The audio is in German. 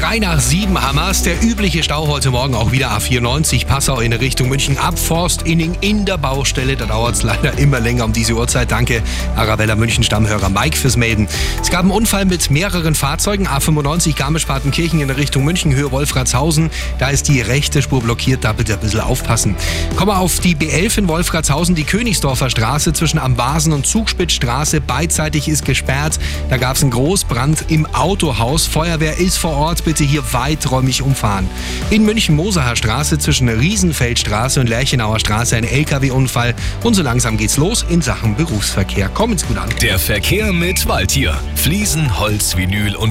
7 Hammers. Der übliche Stau heute Morgen auch wieder A94 Passau in Richtung München ab Forstinning in der Baustelle. Da dauert es leider immer länger um diese Uhrzeit. Danke, Arabella München Stammhörer Mike fürs Melden. Es gab einen Unfall mit mehreren Fahrzeugen. A95 Garmisch-Partenkirchen in Richtung München, Höhe Wolfratshausen. Da ist die rechte Spur blockiert. Da bitte ein bisschen aufpassen. Kommen wir auf die B11 in Wolfratshausen. Die Königsdorfer Straße zwischen Ambasen und Zugspitzstraße. Beidseitig ist gesperrt. Da gab es einen Großbrand im Autohaus. Feuerwehr ist vor Ort. Bitte hier weiträumig umfahren. In München-Mosacher Straße zwischen Riesenfeldstraße und Lerchenauer Straße ein LKW-Unfall. Und so langsam geht's los in Sachen Berufsverkehr. Kommen's gut an. Der Verkehr mit Waldtier. Fliesen, Holz, Vinyl und